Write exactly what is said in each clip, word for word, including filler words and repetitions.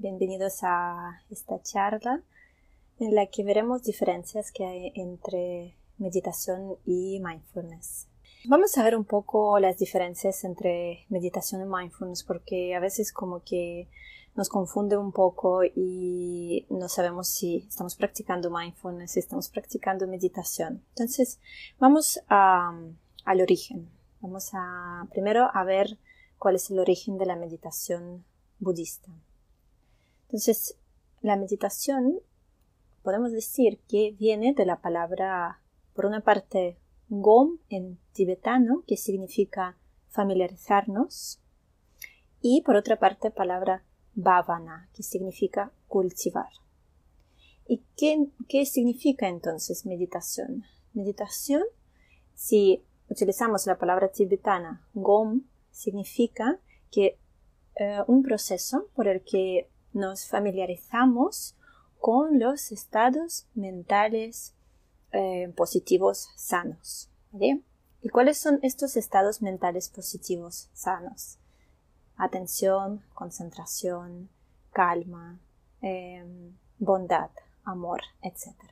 bienvenidos a esta charla en la que veremos diferencias que hay entre meditación y mindfulness. Vamos a ver un poco las diferencias entre meditación y mindfulness porque a veces como que nos confunde un poco y no sabemos si estamos practicando mindfulness, si estamos practicando meditación. Entonces vamos a, al origen. Vamos a primero a ver cuál es el origen de la meditación budista. Entonces, la meditación podemos decir que viene de la palabra, por una parte, gom en tibetano, que significa familiarizarnos, y por otra parte, palabra bhavana, que significa cultivar. ¿Y qué, qué significa entonces meditación? Meditación, si utilizamos la palabra tibetana, gom, significa que eh, un proceso por el que nos familiarizamos con los estados mentales eh, positivos sanos. ¿Vale? ¿Y cuáles son estos estados mentales positivos sanos? Atención, concentración, calma, eh, bondad, amor, etcétera.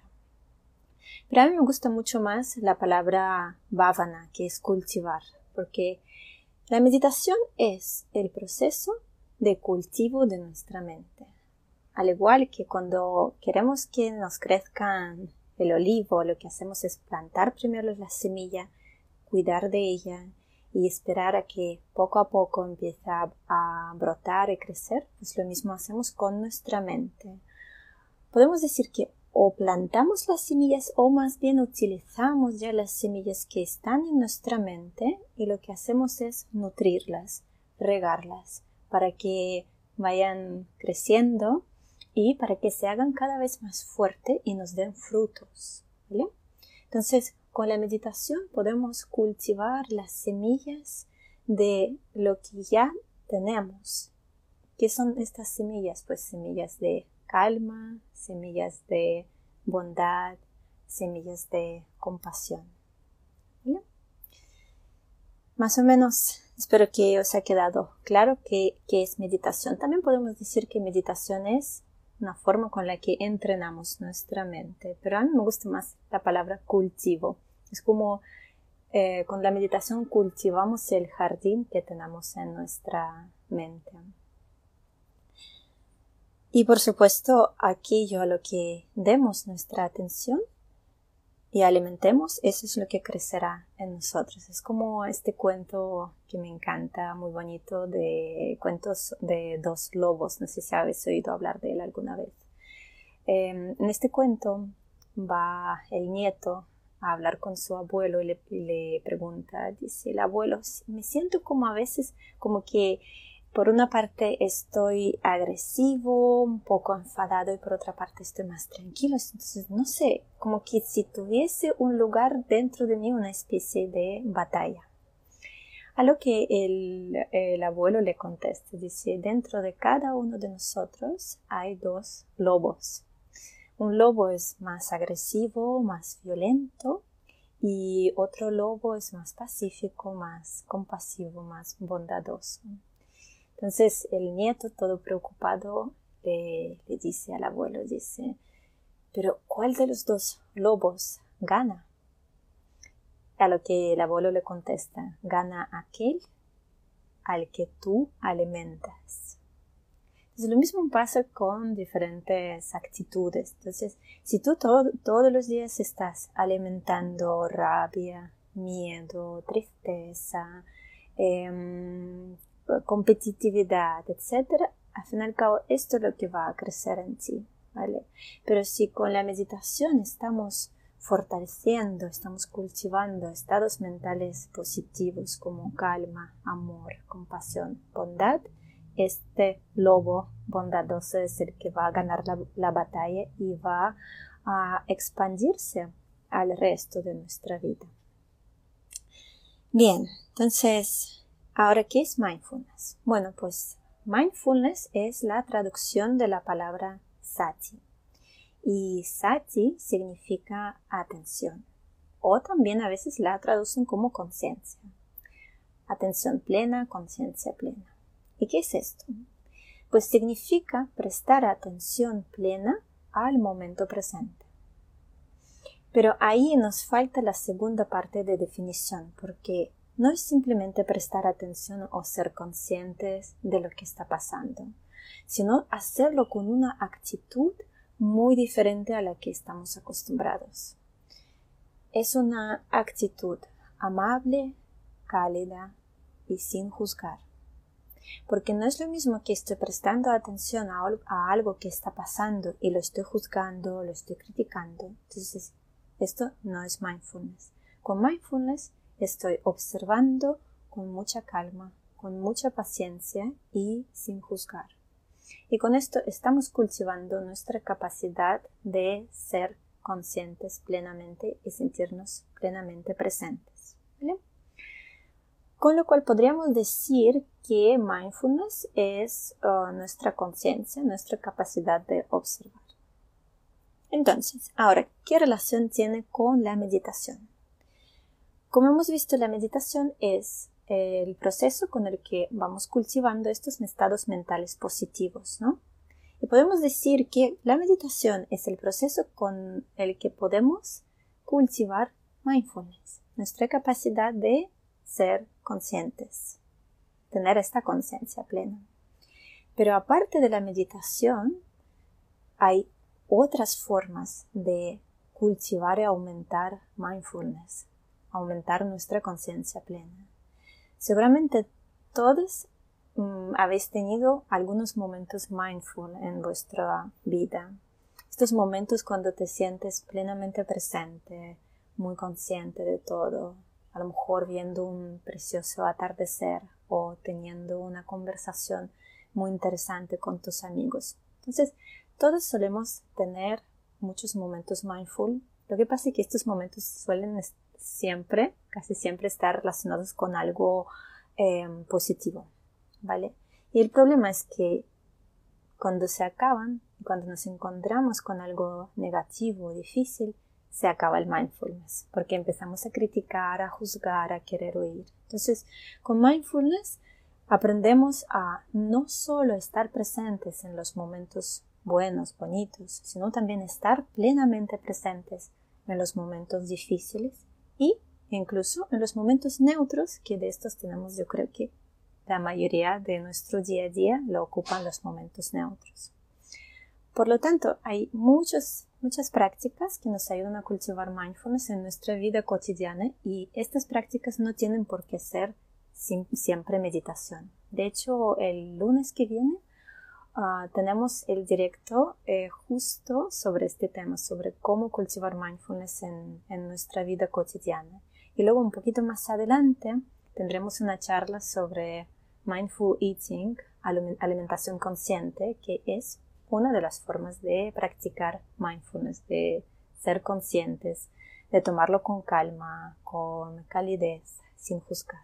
Pero a mí me gusta mucho más la palabra bhavana, que es cultivar, porque la meditación es el proceso de cultivo de nuestra mente. Al igual que cuando queremos que nos crezcan el olivo, lo que hacemos es plantar primero la semilla, cuidar de ella y esperar a que poco a poco empiece a, a brotar y crecer, pues lo mismo hacemos con nuestra mente. Podemos decir que o plantamos las semillas o más bien utilizamos ya las semillas que están en nuestra mente y lo que hacemos es nutrirlas, regarlas para que vayan creciendo y para que se hagan cada vez más fuertes y nos den frutos, ¿vale? Entonces, con la meditación podemos cultivar las semillas de lo que ya tenemos. ¿Qué son estas semillas? Pues semillas de calma, semillas de bondad, semillas de compasión. ¿Vale? Más o menos, espero que os haya quedado claro qué, qué es meditación. También podemos decir que meditación es una forma con la que entrenamos nuestra mente, pero a mí me gusta más la palabra cultivo. Es como eh, con la meditación cultivamos el jardín que tenemos en nuestra mente. Y por supuesto, aquello a lo que demos nuestra atención y alimentemos, eso es lo que crecerá en nosotros. Es como este cuento que me encanta, muy bonito, de cuentos de dos lobos. No sé si habéis oído hablar de él alguna vez. Eh, en este cuento va el nieto a hablar con su abuelo y le, le pregunta, dice el abuelo, me siento como a veces como que por una parte estoy agresivo, un poco enfadado y por otra parte estoy más tranquilo. Entonces, no sé, como que si tuviese un lugar dentro de mí, una especie de batalla. A lo que el, el abuelo le contesta, dice, dentro de cada uno de nosotros hay dos lobos. Un lobo es más agresivo, más violento y otro lobo es más pacífico, más compasivo, más bondadoso. Entonces el nieto, todo preocupado, le, le dice al abuelo, dice, pero ¿cuál de los dos lobos gana? A lo que el abuelo le contesta, gana aquel al que tú alimentas. Entonces lo mismo pasa con diferentes actitudes. Entonces, si tú todo, todos los días estás alimentando rabia, miedo, tristeza, eh, competitividad, etcétera, al fin y al cabo esto es lo que va a crecer en ti, ¿vale? Pero si con la meditación estamos fortaleciendo, estamos cultivando estados mentales positivos como calma, amor, compasión, bondad, este lobo bondadoso es el que va a ganar la, la batalla y va a expandirse al resto de nuestra vida. Bien, entonces, ¿ahora qué es mindfulness? Bueno, pues mindfulness es la traducción de la palabra sati. Y sati significa atención. O también a veces la traducen como conciencia. Atención plena, conciencia plena. ¿Y qué es esto? Pues significa prestar atención plena al momento presente. Pero ahí nos falta la segunda parte de definición, porque no es simplemente prestar atención o ser conscientes de lo que está pasando, sino hacerlo con una actitud muy diferente a la que estamos acostumbrados. Es una actitud amable, cálida y sin juzgar. Porque no es lo mismo que estoy prestando atención a, a algo que está pasando y lo estoy juzgando, lo estoy criticando. Entonces, esto no es mindfulness. Con mindfulness estoy observando con mucha calma, con mucha paciencia y sin juzgar. Y con esto estamos cultivando nuestra capacidad de ser conscientes plenamente y sentirnos plenamente presentes. ¿Vale? Con lo cual podríamos decir que mindfulness es uh, nuestra conciencia, nuestra capacidad de observar. Entonces, ahora, ¿qué relación tiene con la meditación? Como hemos visto, la meditación es el proceso con el que vamos cultivando estos estados mentales positivos, ¿no? Y podemos decir que la meditación es el proceso con el que podemos cultivar mindfulness, nuestra capacidad de ser conscientes, tener esta conciencia plena. Pero aparte de la meditación, hay otras formas de cultivar y aumentar mindfulness, aumentar nuestra conciencia plena. Seguramente todos um, habéis tenido algunos momentos mindful en vuestra vida. Estos momentos cuando te sientes plenamente presente, muy consciente de todo, a lo mejor viendo un precioso atardecer o teniendo una conversación muy interesante con tus amigos. Entonces, todos solemos tener muchos momentos mindful. Lo que pasa es que estos momentos suelen siempre, casi siempre estar relacionados con algo eh, positivo, ¿vale? Y el problema es que cuando se acaban, cuando nos encontramos con algo negativo, difícil, se acaba el mindfulness, porque empezamos a criticar, a juzgar, a querer huir. Entonces, con mindfulness aprendemos a no solo estar presentes en los momentos buenos, bonitos, sino también estar plenamente presentes en los momentos difíciles y incluso en los momentos neutros, que de estos tenemos, yo creo que la mayoría de nuestro día a día lo ocupan los momentos neutros. Por lo tanto, hay muchos, muchas prácticas que nos ayudan a cultivar mindfulness en nuestra vida cotidiana y estas prácticas no tienen por qué ser siempre meditación. De hecho, el lunes que viene uh, tenemos el directo eh, justo sobre este tema, sobre cómo cultivar mindfulness en, en nuestra vida cotidiana. Y luego un poquito más adelante tendremos una charla sobre mindful eating, alimentación consciente, que es una de las formas de practicar mindfulness, de ser conscientes, de tomarlo con calma, con calidez, sin juzgar.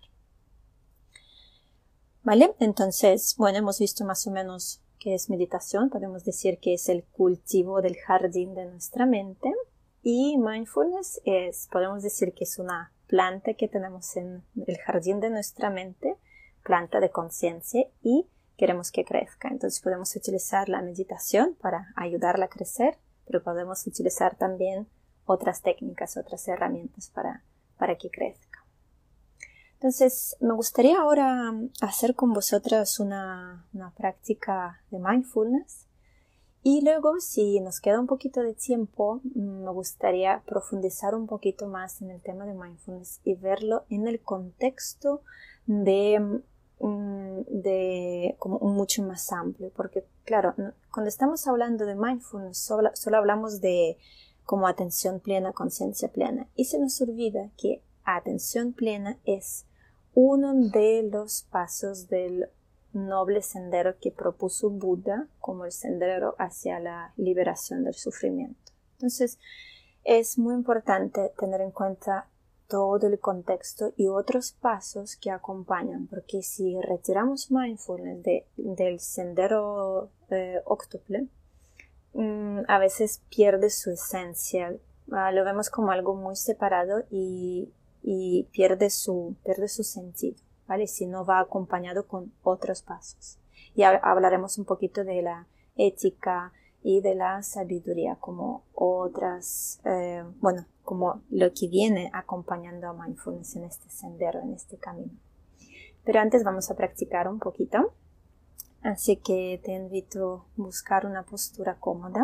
¿Vale? Entonces, bueno, hemos visto más o menos qué es meditación. Podemos decir que es el cultivo del jardín de nuestra mente. Y mindfulness es, podemos decir que es una planta que tenemos en el jardín de nuestra mente, planta de conciencia, y queremos que crezca. Entonces podemos utilizar la meditación para ayudarla a crecer, pero podemos utilizar también otras técnicas, otras herramientas para, para que crezca. Entonces, me gustaría ahora hacer con vosotras una, una práctica de mindfulness y luego, si nos queda un poquito de tiempo, me gustaría profundizar un poquito más en el tema de mindfulness y verlo en el contexto de, de como mucho más amplio, porque claro, cuando estamos hablando de mindfulness solo, solo hablamos de como atención plena, conciencia plena, y se nos olvida que atención plena es uno de los pasos del noble sendero que propuso Buda como el sendero hacia la liberación del sufrimiento. Entonces, es muy importante tener en cuenta todo el contexto y otros pasos que acompañan, porque si retiramos mindfulness de, del sendero eh, octuple, mmm, a veces pierde su esencia. Uh, lo vemos como algo muy separado y y pierde su, pierde su sentido, ¿vale? Si no va acompañado con otros pasos. Y hablaremos un poquito de la ética y de la sabiduría como otras, eh, bueno, como lo que viene acompañando a mindfulness en este sendero, en este camino. Pero antes vamos a practicar un poquito, así que te invito a buscar una postura cómoda,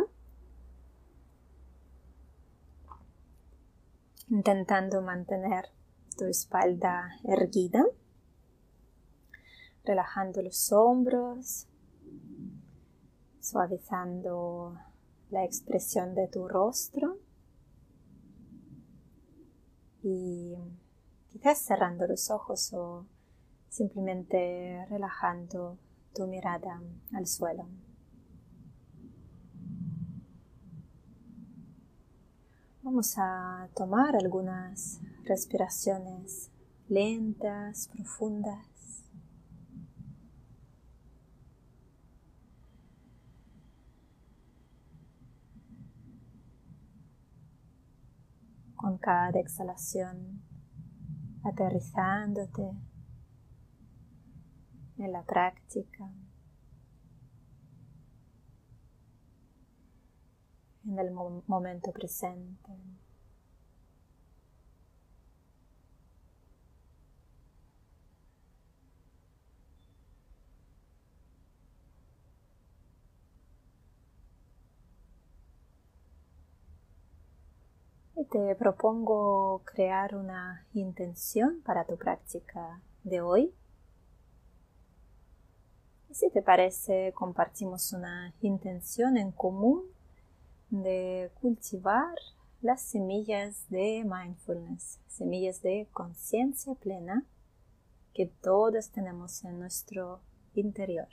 intentando mantener tu espalda erguida, relajando los hombros, suavizando la expresión de tu rostro y quizás cerrando los ojos o simplemente relajando tu mirada al suelo. Vamos a tomar algunas respiraciones lentas, profundas. Con cada exhalación, aterrizándote en la práctica, en el mo- momento presente. Y te propongo crear una intención para tu práctica de hoy. Y si te parece, compartimos una intención en común de cultivar las semillas de mindfulness, semillas de conciencia plena que todos tenemos en nuestro interior.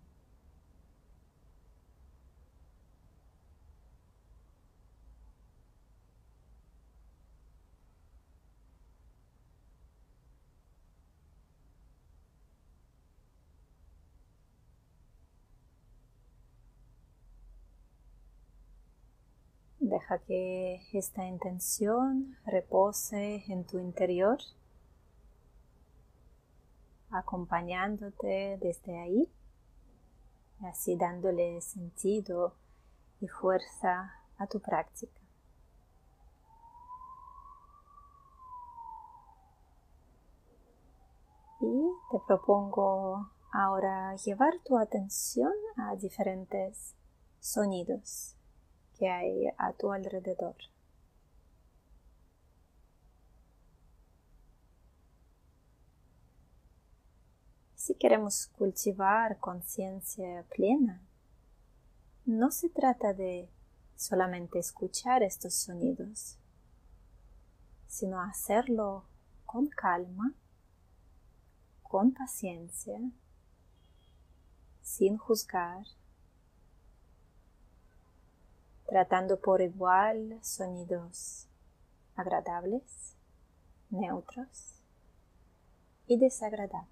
Deja que esta intención repose en tu interior, acompañándote desde ahí, así dándole sentido y fuerza a tu práctica. Y te propongo ahora llevar tu atención a diferentes sonidos que hay a tu alrededor. Si queremos cultivar conciencia plena, no se trata de solamente escuchar estos sonidos, sino hacerlo con calma, con paciencia, sin juzgar, tratando por igual sonidos agradables, neutros y desagradables.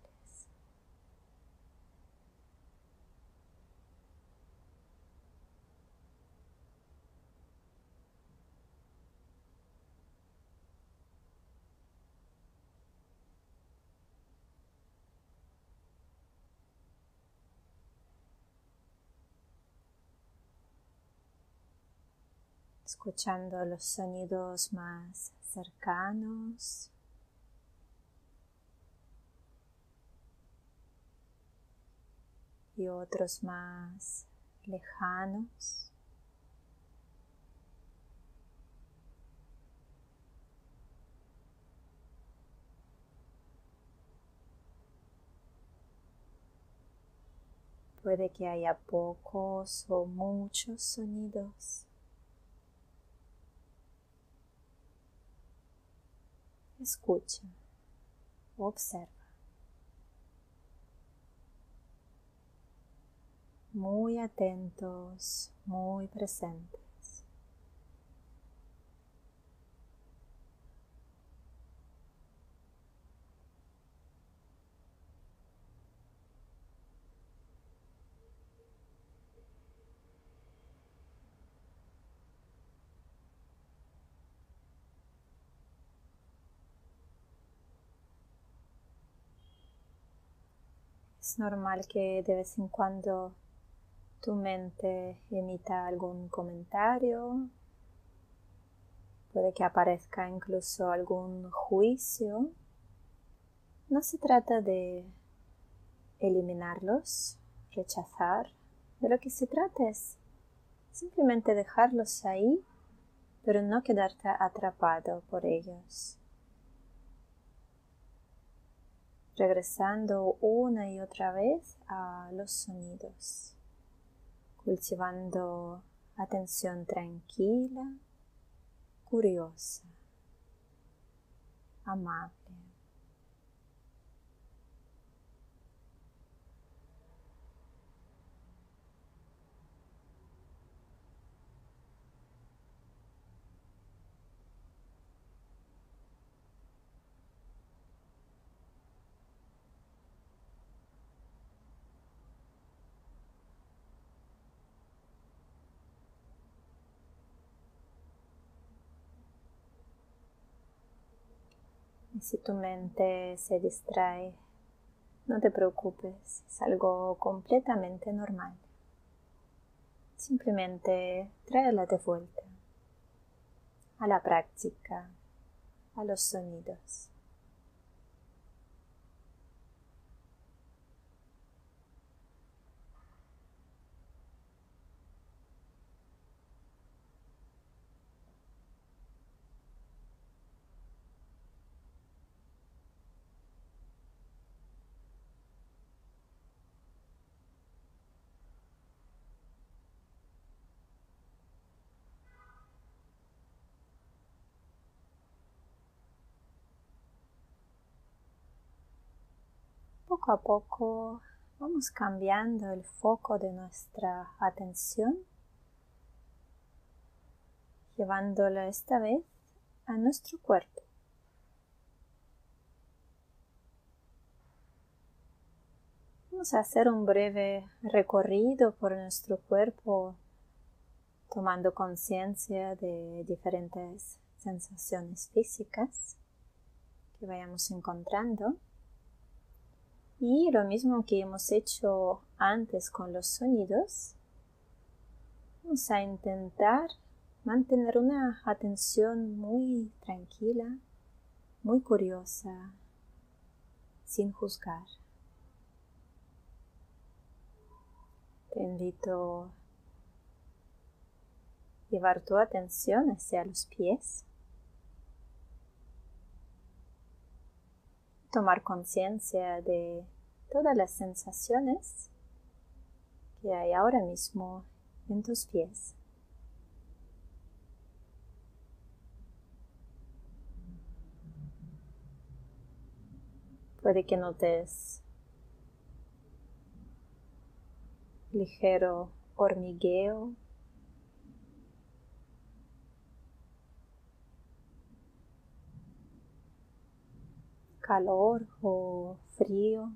Escuchando los sonidos más cercanos y otros más lejanos. Puede que haya pocos o muchos sonidos. Escucha, observa. Muy atentos, muy presentes. Es normal que de vez en cuando tu mente emita algún comentario, puede que aparezca incluso algún juicio. No se trata de eliminarlos, rechazar. De lo que se trata es simplemente dejarlos ahí, pero no quedarte atrapado por ellos. Regresando una y otra vez a los sonidos, cultivando atención tranquila, curiosa, amable. Y si tu mente se distrae, no te preocupes, es algo completamente normal. Simplemente tráela de vuelta a la práctica, a los sonidos. Poco a poco vamos cambiando el foco de nuestra atención, llevándola esta vez a nuestro cuerpo. Vamos a hacer un breve recorrido por nuestro cuerpo, tomando conciencia de diferentes sensaciones físicas que vayamos encontrando. Y lo mismo que hemos hecho antes con los sonidos, vamos a intentar mantener una atención muy tranquila, muy curiosa, sin juzgar. Te invito a llevar tu atención hacia los pies, tomar conciencia de todas las sensaciones que hay ahora mismo en tus pies. Puede que notes ligero hormigueo, calor o frío.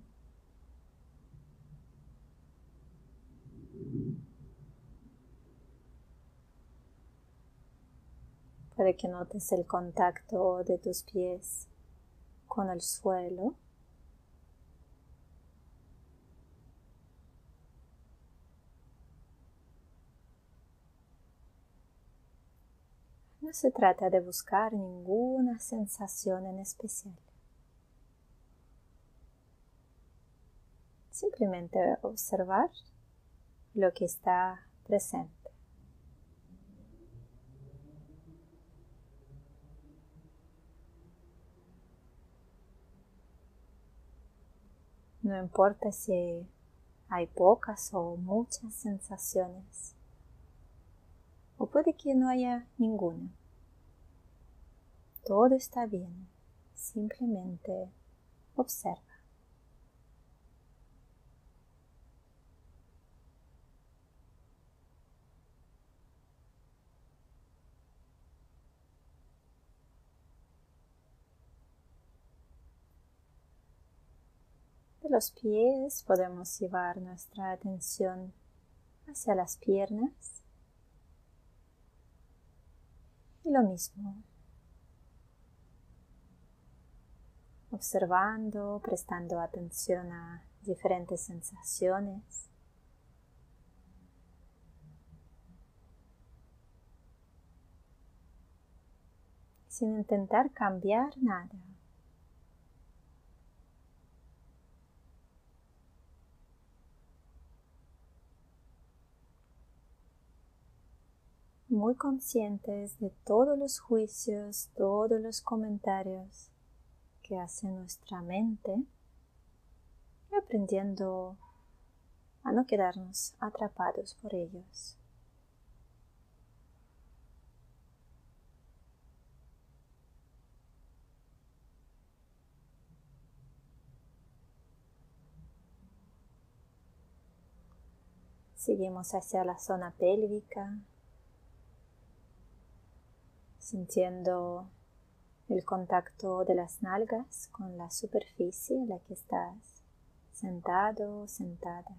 Puede que notes el contacto de tus pies con el suelo. No se trata de buscar ninguna sensación en especial. Simplemente observar lo que está presente. No importa si hay pocas o muchas sensaciones, o puede que no haya ninguna. Todo está bien, simplemente observa. De los pies podemos llevar nuestra atención hacia las piernas. Y lo mismo. Observando, prestando atención a diferentes sensaciones. Sin intentar cambiar nada. Muy conscientes de todos los juicios, todos los comentarios que hace nuestra mente y aprendiendo a no quedarnos atrapados por ellos. Seguimos hacia la zona pélvica, sintiendo el contacto de las nalgas con la superficie en la que estás sentado o sentada.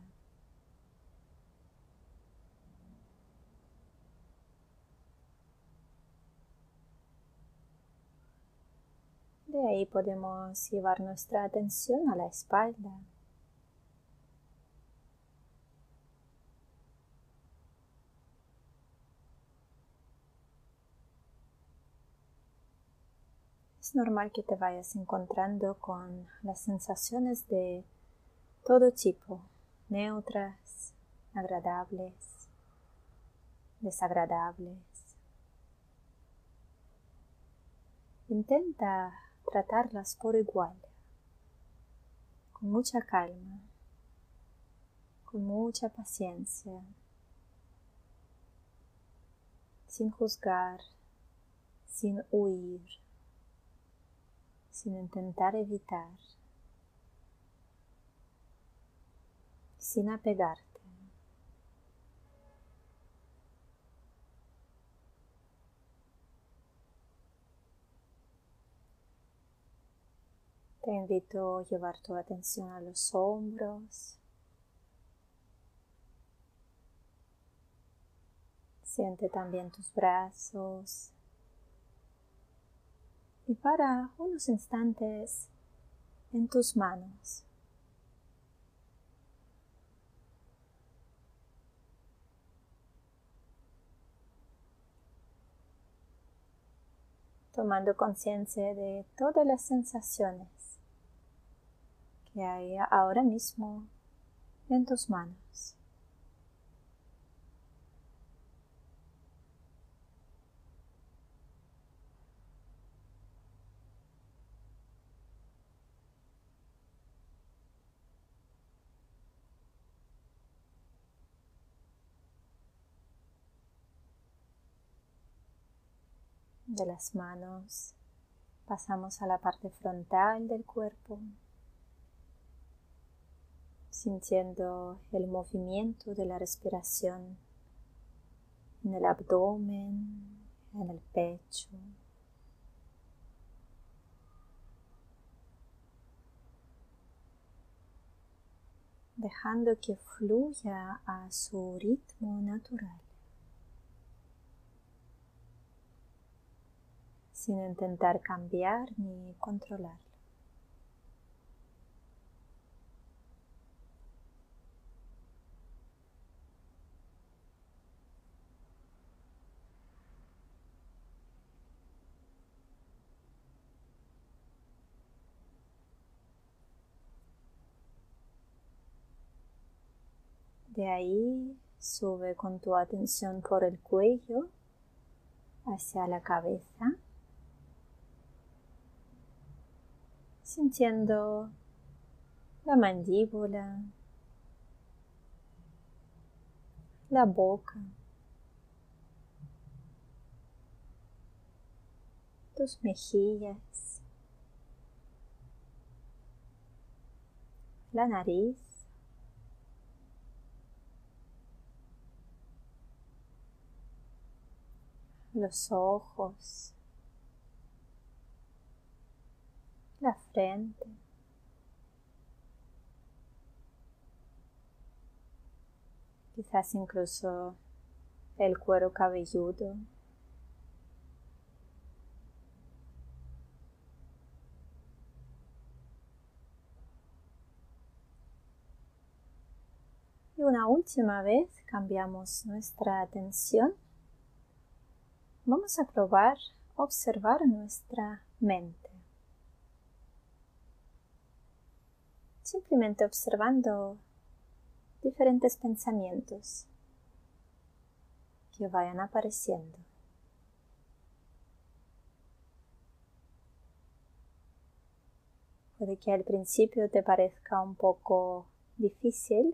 De ahí podemos llevar nuestra atención a la espalda. Es normal que te vayas encontrando con las sensaciones de todo tipo, neutras, agradables, desagradables. Intenta tratarlas por igual, con mucha calma, con mucha paciencia, sin juzgar, sin huir, sin intentar evitar, sin apegarte. Te invito a llevar tu atención a los hombros. Siente también tus brazos. Y para unos instantes en tus manos. Tomando conciencia de todas las sensaciones que hay ahora mismo en tus manos. De las manos pasamos a la parte frontal del cuerpo, sintiendo el movimiento de la respiración en el abdomen, en el pecho. Dejando que fluya a su ritmo natural, sin intentar cambiar ni controlarlo. De ahí sube con tu atención por el cuello hacia la cabeza, sintiendo la mandíbula, la boca, tus mejillas, la nariz, los ojos, la frente, quizás incluso el cuero cabelludo, Y una última vez cambiamos nuestra atención. Vamos a probar observar nuestra mente. Simplemente observando diferentes pensamientos que vayan apareciendo. Puede que al principio te parezca un poco difícil.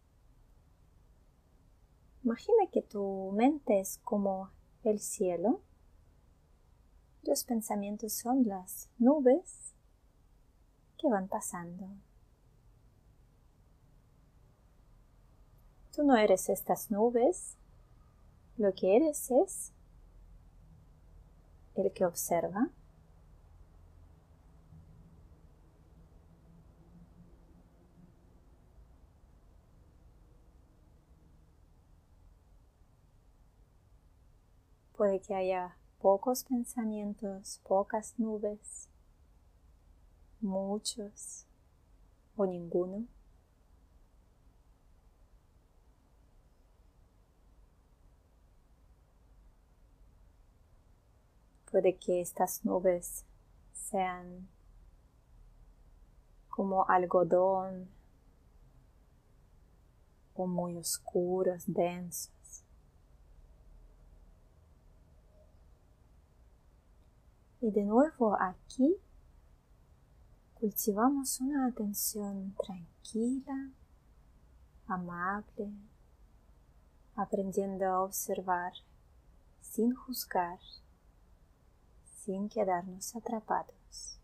Imagina que tu mente es como el cielo. Los pensamientos son las nubes que van pasando. Tú no eres estas nubes. Lo que eres es el que observa. Puede que haya pocos pensamientos, pocas nubes, muchos o ninguno. Puede que estas nubes sean como algodón o muy oscuros, densos. Y de nuevo aquí cultivamos una atención tranquila, amable, aprendiendo a observar sin juzgar, sin quedarnos atrapados.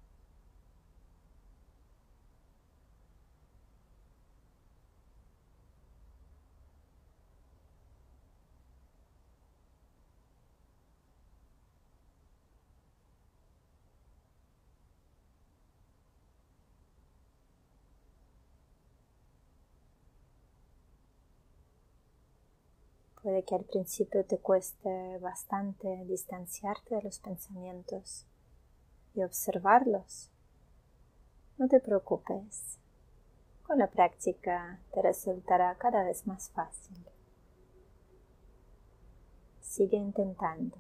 Puede que al principio te cueste bastante distanciarte de los pensamientos y observarlos. No te preocupes. Con la práctica te resultará cada vez más fácil. Sigue intentando.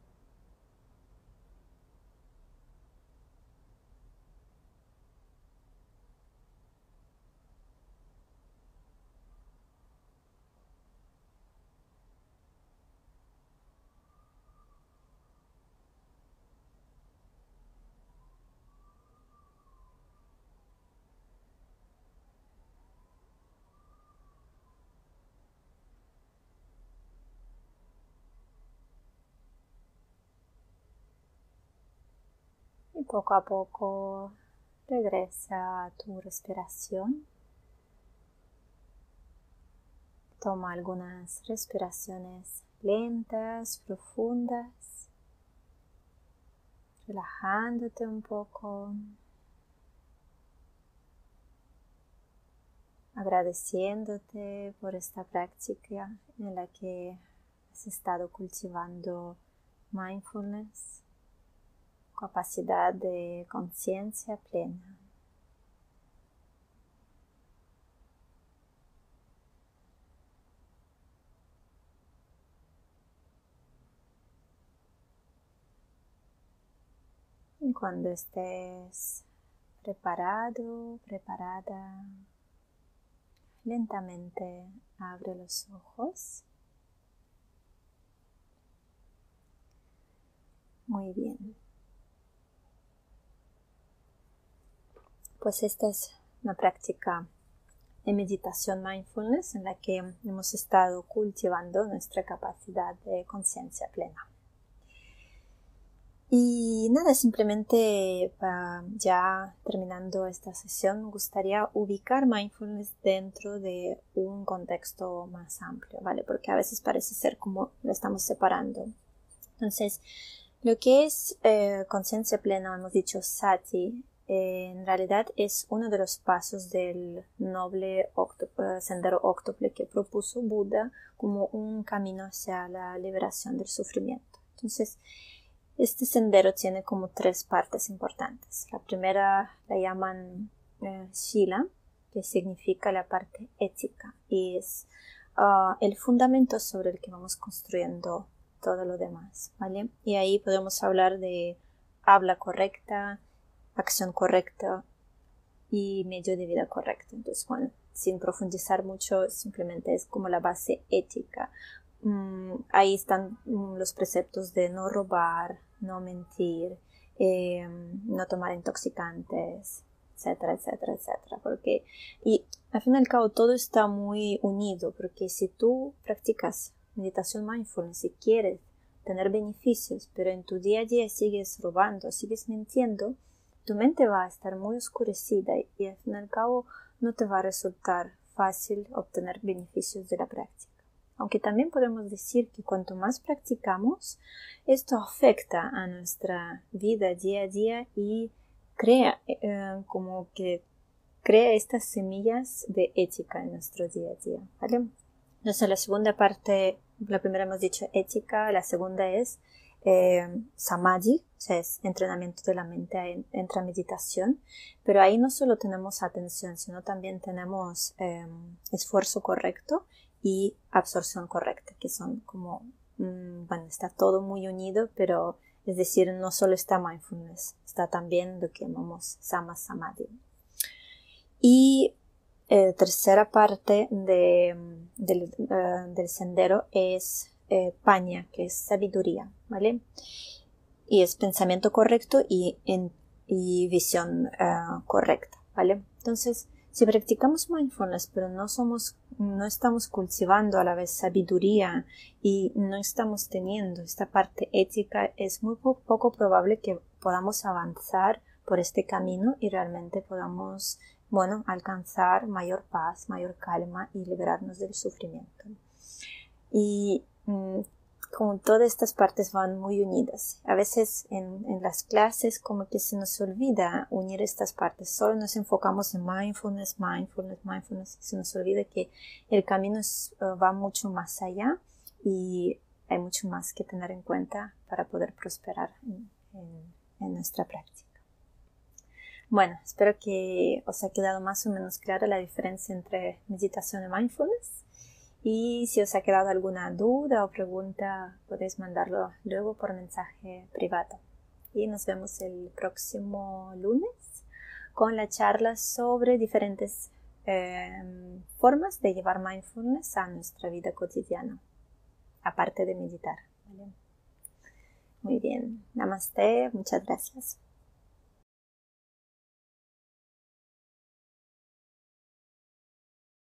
Y poco a poco regresa a tu respiración. Toma algunas respiraciones lentas, profundas, relajándote un poco, agradeciéndote por esta práctica en la que has estado cultivando mindfulness, capacidad de conciencia plena. Y cuando estés preparado, preparada, lentamente abre los ojos. Muy bien. Pues esta es una práctica de meditación mindfulness en la que hemos estado cultivando nuestra capacidad de conciencia plena. Y nada, simplemente uh, ya terminando esta sesión, me gustaría ubicar mindfulness dentro de un contexto más amplio, ¿vale? Porque a veces parece ser como lo estamos separando. Entonces, lo que es eh, conciencia plena, hemos dicho sati, eh, en realidad es uno de los pasos del noble octuple, sendero óctuple que propuso Buda como un camino hacia la liberación del sufrimiento. Entonces, este sendero tiene como tres partes importantes. La primera la llaman eh, Shila, que significa la parte ética y es uh, el fundamento sobre el que vamos construyendo todo lo demás, ¿vale? Y ahí podemos hablar de habla correcta, acción correcta y medio de vida correcto. Entonces, bueno, sin profundizar mucho, simplemente es como la base ética. Mm, ahí están mm, los preceptos de no robar, no mentir, eh, no tomar intoxicantes, etcétera, etcétera, etcétera. Porque, y al fin y al cabo todo está muy unido, porque si tú practicas meditación mindfulness y quieres tener beneficios, pero en tu día a día sigues robando, sigues mintiendo, tu mente va a estar muy oscurecida y al fin y al cabo no te va a resultar fácil obtener beneficios de la práctica. Aunque también podemos decir que cuanto más practicamos, esto afecta a nuestra vida día a día y crea eh, como que crea estas semillas de ética en nuestro día a día, ¿vale? Entonces la segunda parte, la primera hemos dicho ética, la segunda es eh, samadhi, o sea, es entrenamiento de la mente, entra meditación, pero ahí no solo tenemos atención, sino también tenemos eh, esfuerzo correcto y absorción correcta, que son como, mmm, bueno, está todo muy unido, pero es decir, no solo está mindfulness, está también lo que llamamos sama samadhi. Y eh, tercera parte de, del, uh, del sendero es eh, paña, que es sabiduría, ¿vale? Y es pensamiento correcto y, en, y visión uh, correcta, ¿vale? Entonces, si practicamos mindfulness, pero no somos, no estamos cultivando a la vez sabiduría y no estamos teniendo esta parte ética, es muy po- poco probable que podamos avanzar por este camino y realmente podamos, bueno, alcanzar mayor paz, mayor calma y liberarnos del sufrimiento. Y mmm, como todas estas partes van muy unidas. A veces en, en las clases como que se nos olvida unir estas partes. Solo nos enfocamos en mindfulness, mindfulness, mindfulness. Se nos olvida que el camino es, uh, va mucho más allá y hay mucho más que tener en cuenta para poder prosperar en, en, en nuestra práctica. Bueno, espero que os haya quedado más o menos clara la diferencia entre meditación y mindfulness. Y si os ha quedado alguna duda o pregunta, podéis mandarlo luego por mensaje privado. Y nos vemos el próximo lunes con la charla sobre diferentes eh, formas de llevar mindfulness a nuestra vida cotidiana, aparte de meditar, ¿vale? Muy bien. Namaste. Muchas gracias.